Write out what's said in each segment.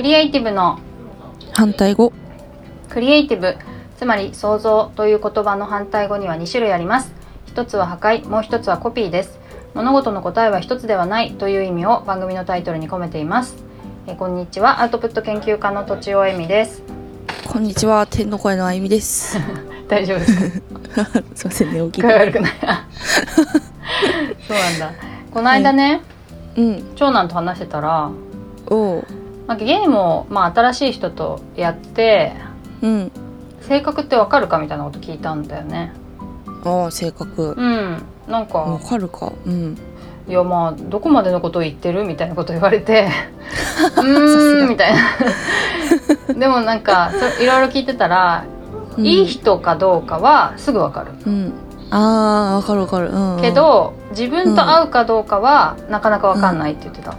リエイティブの反対語。 クリエイティブ、つまり創造という言葉の反対語には2種類あります。一つは破壊、もう一つはコピーです。物事の答えは一つではないという意味を番組のタイトルに込めています。こんにちは、アウトプット研究家のとちおえみです。 こんにちは、天の声のあゆみです大丈夫ですか？ すいませんね、起き具合て悪くないそうなんだ。この間ね、長男と話してたら、なんかゲームを、新しい人とやって、性格ってわかるかみたいなこと聞いたんだよね。 性格。 なんかわかるか。 いやどこまでのことを言ってるみたいなこと言われてみたいなでもなんかいろいろ聞いてたら、いい人かどうかはすぐわかる。 わかるわかる。 けど自分と合うかどうかはなかなかわかんないって言ってた。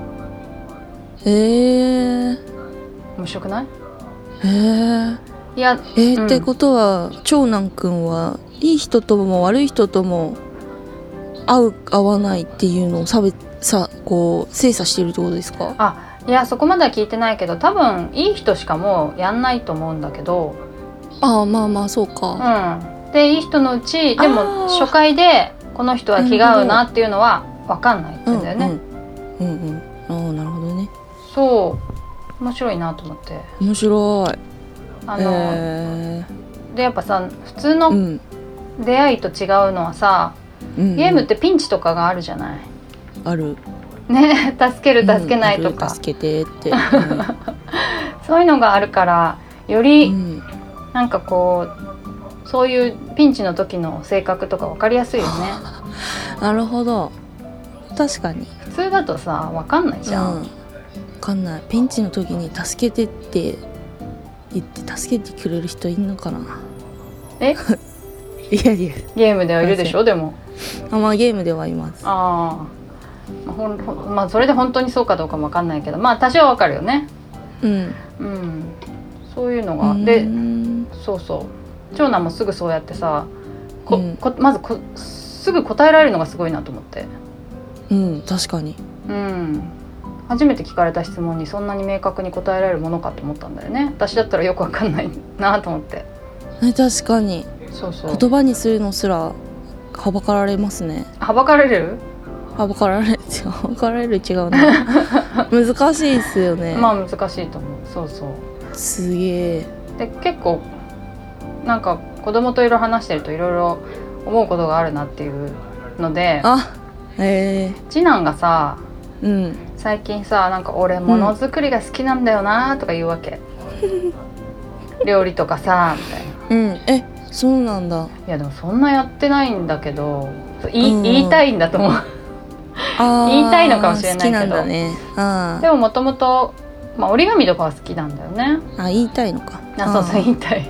面白くない？いや、 ってことは長男くんはいい人とも悪い人とも合わないっていうのをこう精査してるってことですか？ いや、そこまでは聞いてないけど、多分いい人しかもうやんないと思うんだけど。 そうか。 でいい人のうちでも初回でこの人は気が合うなっていうのは分かんないって言うんだよね。 なるほどね。 そう面白いなと思って。 面白い。 でやっぱさ、普通の出会いと違うのはさ、ゲームってピンチとかがあるじゃない。 あるね、助ける助けないとか、 助けてって、 そういうのがあるからより、なんかこうそういうピンチの時の性格とか分かりやすいよね。 なるほど。確かに普通だとさ分かんないじゃん。 分かんない。ピンチの時に助けてって言って助けてくれる人いるのかな。いやゲームではいるでしょ。でもゲームではいます。 それで本当にそうかどうかも分かんないけど、多少分かるよね。そういうのがで、そう長男もすぐそうやってさ、まずすぐ答えられるのがすごいなと思って。 確かに。 初めて聞かれた質問にそんなに明確に答えられるものかと思ったんだよね。私だったらよく分かんないなと思って。 確かに。言葉にするのすらはばかられますね。 はばかられる？ はばかられる違うな難しいですよね。 難しいと思う。 すげえ。 で結構なんか子供といろいろ話してるといろいろ思うことがあるなっていうので、次男がさ、最近さ、なんか俺物作りが好きなんだよなとか言うわけ料理とかさみたいな。 そうなんだ。 いやでもそんなやってないんだけど、言いたいんだと思う言いたいのかもしれないけど、 好きなんだね。 でももともと折り紙とかは好きなんだよね。 言いたいのか。 そう言いたい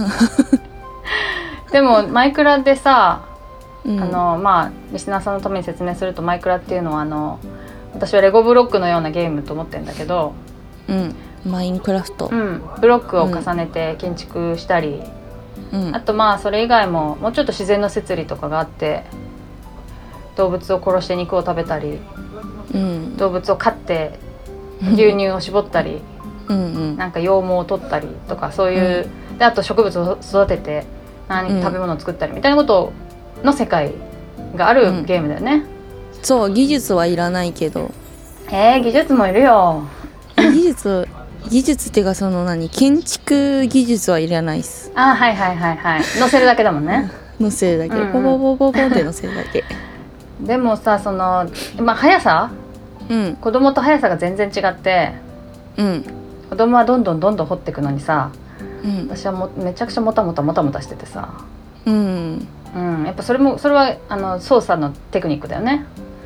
でもマイクラでさ、リスナーさんのために説明すると、マイクラっていうのは私はレゴブロックのようなゲームと思ってるんだけど、 マインクラフト、 ブロックを重ねて建築したり、あとそれ以外ももうちょっと自然の摂理とかがあって、動物を殺して肉を食べたり、動物を飼って牛乳を絞ったり、なんか羊毛を取ったりとか、そういう、であと植物を育てて食べ物を作ったりみたいなことの世界があるゲームだよね。 そう技術はいらないけど。 技術もいるよ技術っていうか建築技術はいらないっす。 乗せるだけだもんね。 乗せるだけ、ポポポポポって乗せるだけでもさ、速さ、子供と速さが全然違って、子供はどんどん掘っていくのにさ、私はめちゃくちゃもたもたしててさ、やっぱそれは操作のテクニックだよね。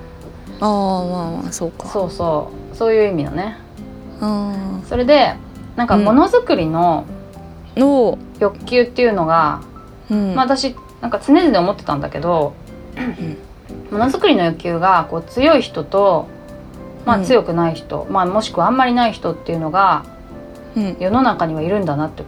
そうか。 そういう意味のね。それでなんかものづくりの欲求っていうのが、私なんか常々思ってたんだけど、ものづくりの欲求がこう強い人と、強くない人、もしくはあんまりない人っていうのが、世の中にはいるんだなってこと。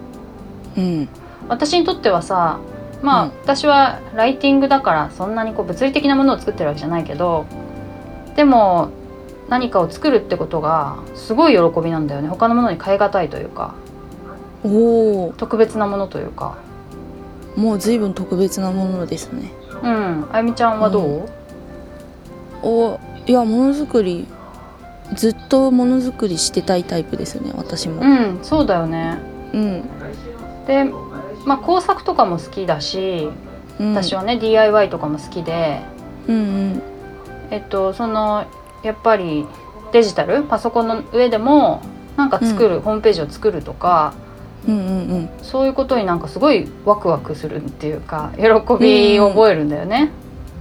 私にとってはさ、私はライティングだからそんなにこう物理的なものを作ってるわけじゃないけど、でも何かを作るってことがすごい喜びなんだよね。他のものに変え難いというか、特別なものというか。 もう随分特別なものですね。 あゆみちゃんはどう？ いや、ものづくりずっとものづくりしてたいタイプですね、私も。 そうだよね。で、工作とかも好きだし、私はね DIY とかも好きで、そのやっぱりデジタルパソコンの上でもなんか作る、ホームページを作るとか、そういうことになんかすごいワクワクするっていうか、喜びを覚えるんだよね。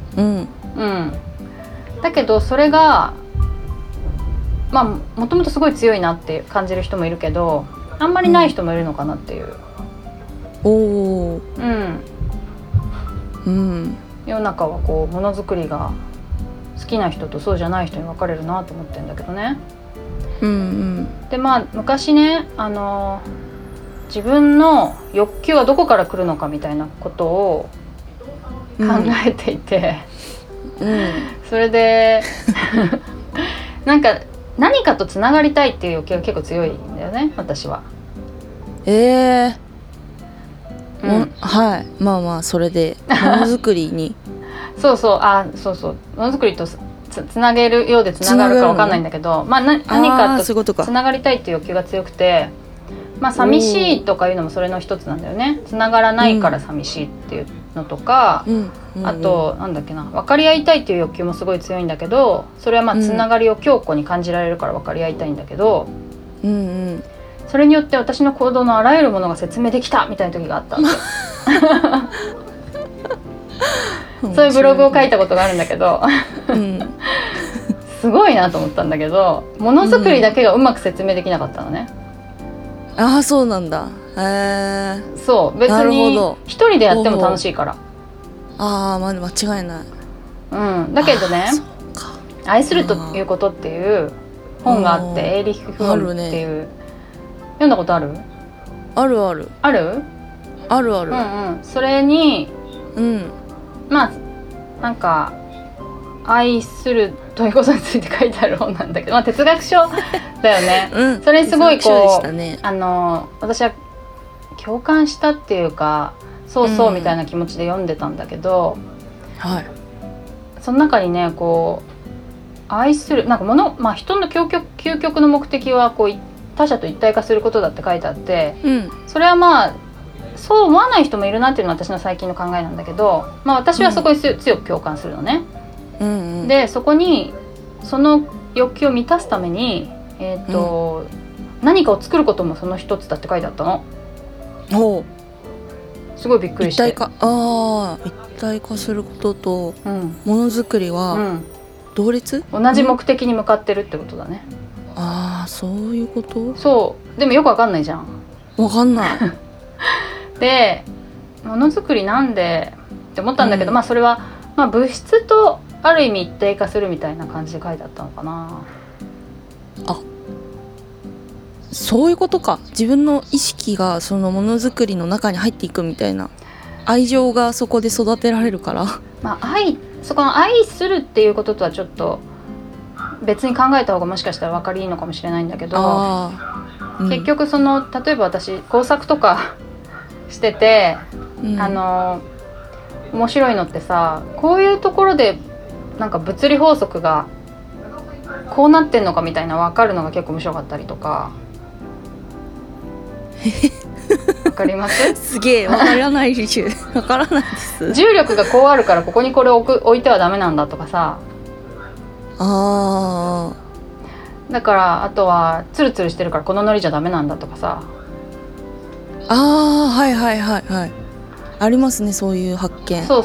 だけどそれがもともとすごい強いなって感じる人もいるけど、あんまりない人もいるのかなっていう。世の中はこうものづくりが好きな人とそうじゃない人に分かれるなと思ってるんだけどね。で昔ね、自分の欲求はどこから来るのかみたいなことを考えていて、それでなんか何かとつながりたいっていう欲求が結構強いんだよね、私は。はい、 それでものづくりにそうそうものづくりとつなげるようでつながるか分かんないんだけど、何かとつながりたいっていう欲求が強くて、寂しいとかいうのもそれの一つなんだよね。つながらないから寂しいっていうのとか、あとなんだっけな、分かり合いたいっていう欲求もすごい強いんだけど、それはつながりを強固に感じられるから分かり合いたいんだけど、それによって私の行動のあらゆるものが説明できたみたいな時があったんでそういうブログを書いたことがあるんだけどすごいなと思ったんだけど、ものづくりだけがうまく説明できなかったのね。 そうなんだ。 そう別に一人でやっても楽しいから。 間違いない。 だけどね、愛するということっていう本があって、エーリッヒ・フロムっていう、読んだことある？ あるあるある。それになんか愛するということについて書いてある本なんだけど、哲学書だよね。それにすごいこう、私は共感したっていうか、そうみたいな気持ちで読んでたんだけど、その中にね、こう愛するなんか人の究極の目的はこう他者と一体化することだって書いてあって、それはそう思わない人もいるなっていうのが私の最近の考えなんだけど、私はそこに強く共感するのね。でそこにその欲求を満たすために、何かを作ることもその一つだって書いてあったの。すごいびっくりして。一体化することとものづくりは同列？ 同じ目的に向かってるってことだね。 そういうこと？ そうでもよくわかんないじゃん。 わかんないでものづくりなんでって思ったんだけど、それは物質とある意味一体化するみたいな感じで書いてあったのかな。 そういうことか。自分の意識がそのものづくりの中に入っていくみたいな、愛情がそこで育てられるから。 そこの愛するっていうこととはちょっと別に考えた方がもしかしたら分かりいいのかもしれないんだけど、結局例えば私工作とかしてて、面白いのってさ、こういうところでなんか物理法則がこうなってんのかみたいな分かるのが結構面白かったりとかわかります？ すげえわからないです。わからないです。 重力がこうあるからここにこれを置いてはダメなんだとかさ。だからあとはツルツルしてるからこの糊じゃダメなんだとかさ。 ありますね、そういう発見。 そう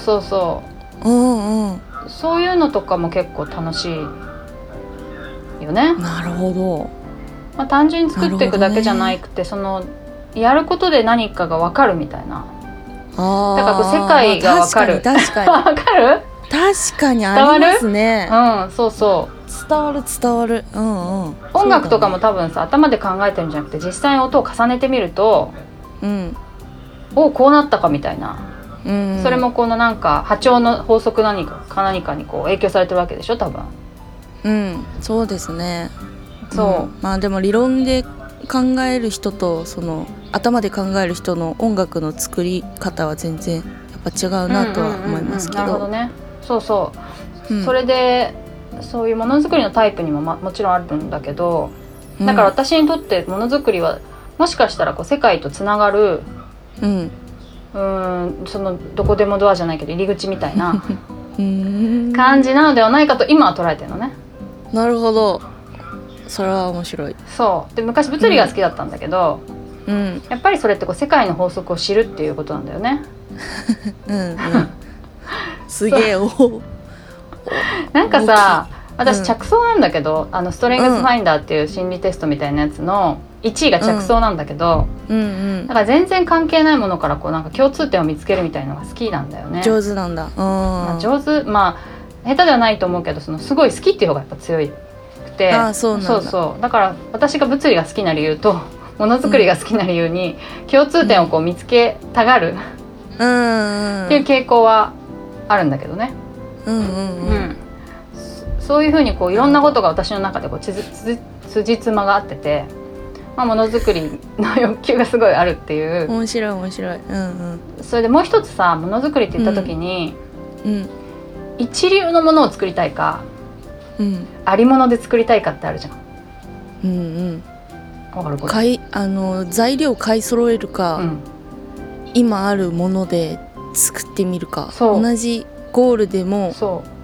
そういうのとかも結構楽しいよね。 なるほど。単純に作っていくだけじゃなくて、やることで何かが分かるみたいな。だからこう世界が分かる。 確かに分かる？ 確かにありますね。 そう伝わる。 音楽とかも多分さ、頭で考えてるんじゃなくて実際に音を重ねてみると、こうなったかみたいな。それもこのなんか波長の法則何かにこう影響されてるわけでしょ多分。 そうですね。 そう、 まあでも理論で考える人とその頭で考える人の音楽の作り方は全然やっぱ違うなとは思いますけど。 なるほどね。そうそう、それでそういうものづくりのタイプにも、もちろんあるんだけど、だから私にとってものづくりはもしかしたらこう世界とつながる、そのどこでもドアじゃないけど入り口みたいな感じなのではないかと今は捉えてるのね。 なるほど、それは面白い。 そうで、昔物理が好きだったんだけど、やっぱりそれってこう世界の法則を知るっていうことなんだよね。 すげえ。 なんかさ、私着想なんだけど、ストレングスファインダーっていう心理テストみたいなやつの1位が着想なんだけど、だから全然関係ないものからこうなんか共通点を見つけるみたいなのが好きなんだよね。 上手なんだ。 上手、下手ではないと思うけど、そのすごい好きっていう方がやっぱ強くて。 そうなんだ。 そうだから私が物理が好きな理由とものづくりが好きな理由に共通点をこう見つけたがる、っていう傾向はあるんだけどね。そういうふうにこういろんなことが私の中でこう辻褄が合ってて、ものづくりの欲求がすごいあるっていう。 面白い。 それでもう一つさ、ものづくりって言った時に、一流のものを作りたいか、ありもので作りたいかってあるじゃん。わかる？これ材料を買い揃えるか、今あるもので作ってみるか。同じゴールでも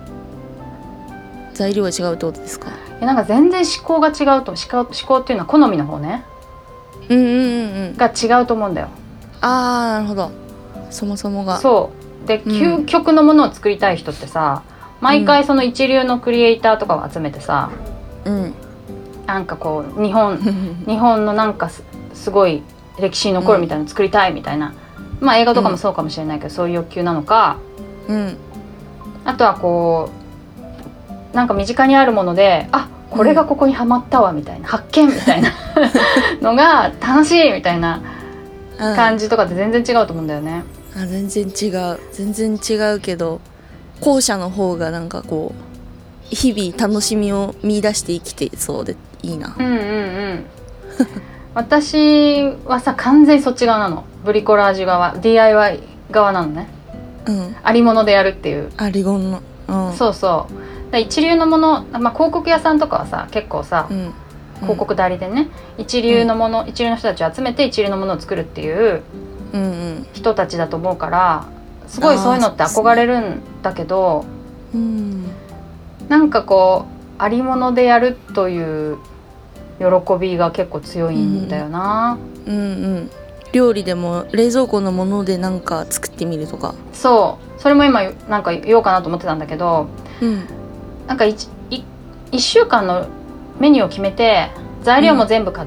材料が違うってことですか？ なんか全然思考が違うと、思考っていうのは好みの方ね、が違うと思うんだよ。 なるほど。そもそもがそうで、究極のものを作りたい人ってさ、毎回その一流のクリエイターとかを集めてさ、なんかこう日本のなんかすごい歴史に残るみたいなの作りたいみたいな、映画とかもそうかもしれないけど、そういう欲求なのか、あとはこうなんか身近にあるもので、これがここにはまったわみたいな、発見みたいなのが楽しいみたいな感じとかって全然違うと思うんだよね。 全然違うけど、後者の方がなんかこう日々楽しみを見出して生きてそうでいいな。私はさ、完全にそっち側なの。ブリコラージュ側、 DIY 側なのね。ありものでやるっていう。 ありごの、 そう一流のもの、広告屋さんとかはさ結構さ、広告代理でね、一流のもの、一流の人たちを集めて一流のものを作るっていう人たちだと思うから、すごいそういうのって憧れるんだけど、なんかこうありものでやるという喜びが結構強いんだよな。 料理でも冷蔵庫のものでなんか作ってみるとか。それも今なんか言おうかなと思ってたんだけど、なんか 1週間のメニューを決めて材料も全部買って、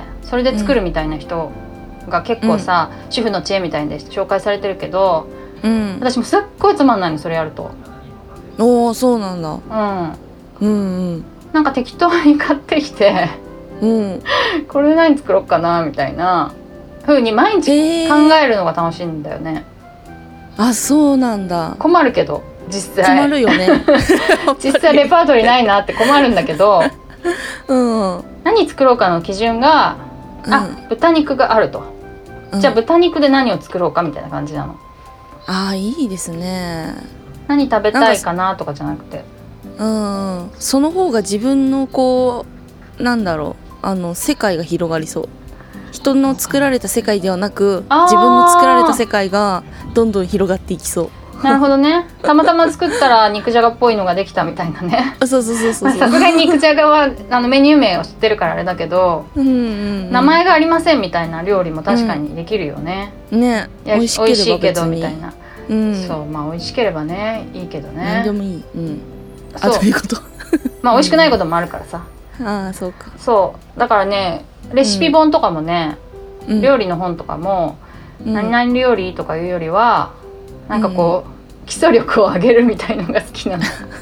それで作るみたいな人が結構さ、主婦の知恵みたいに紹介されてるけど、私もすっごいつまんないの、それやると。 そうなんだ。 なんか適当に買ってきてこれ何作ろうかなみたいな風に毎日考えるのが楽しいんだよね。 そうなんだ。 困るけど実際困るよね実際レパートリーないなって困るんだけど、何作ろうかの基準が、豚肉があると、じゃあ豚肉で何を作ろうかみたいな感じなの。 いいですね。 何食べたいかなとかじゃなくて、 その方が自分のこうなんだろう、世界が広がりそう。人の作られた世界ではなく、自分の作られた世界がどんどん広がっていきそう。 なるほどね。たまたま作ったら肉じゃがっぽいのができたみたいなね。 そうさすがに肉じゃがはメニュー名を知ってるからあれだけど、名前がありませんみたいな料理も確かにできるよね。 美味しけどみたいな。美味しければねいいけどね。 何でもいい。どういうこと？ 美味しくないこともあるからさ。 そうか。 だからね、レシピ本とかもね、料理の本とかも、何々料理とかいうよりはなんかこう、基礎力を上げるみたいのが好きなの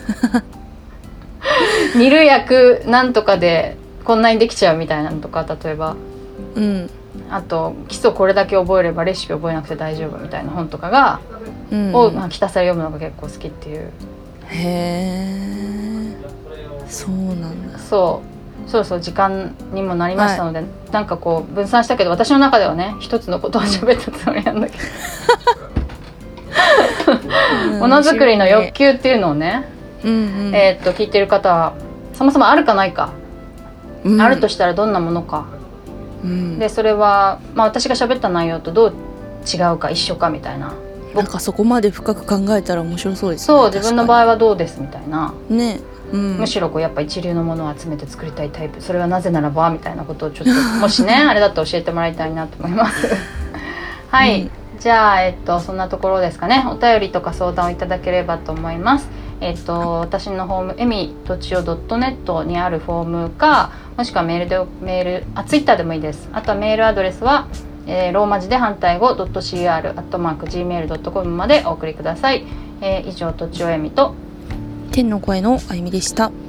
煮る焼くなんとかでこんなにできちゃうみたいなのとか、例えば、あと基礎これだけ覚えればレシピ覚えなくて大丈夫みたいな本とかが、をひたすら読むのが結構好きっていう。 そうなんだ。 そうそろそろ時間にもなりましたので、なんかこう分散したけど私の中ではね一つのことを喋ったつもりなんだけどものづくりの欲求っていうのをね、聞いてる方はそもそもあるかないか、あるとしたらどんなものか、でそれは、私が喋った内容とどう違うか一緒かみたいな、 なんかそこまで深く考えたら面白そうですね。 そう自分の場合はどうですみたいなね、 むしろこうやっぱ一流のものを集めて作りたいタイプ、それはなぜならばみたいなことをちょっともしねあれだったら教えてもらいたいなと思いますはい、じゃあ、そんなところですかね。お便りとか相談をいただければと思います。私のホームえみとちお .net にあるフォームか、もしくはメールツイッターでもいいです。あとはメールアドレスは、ローマ字で反対語 .cr@gmail.com までお送りください。以上とちおえみと天の声のあゆみでした。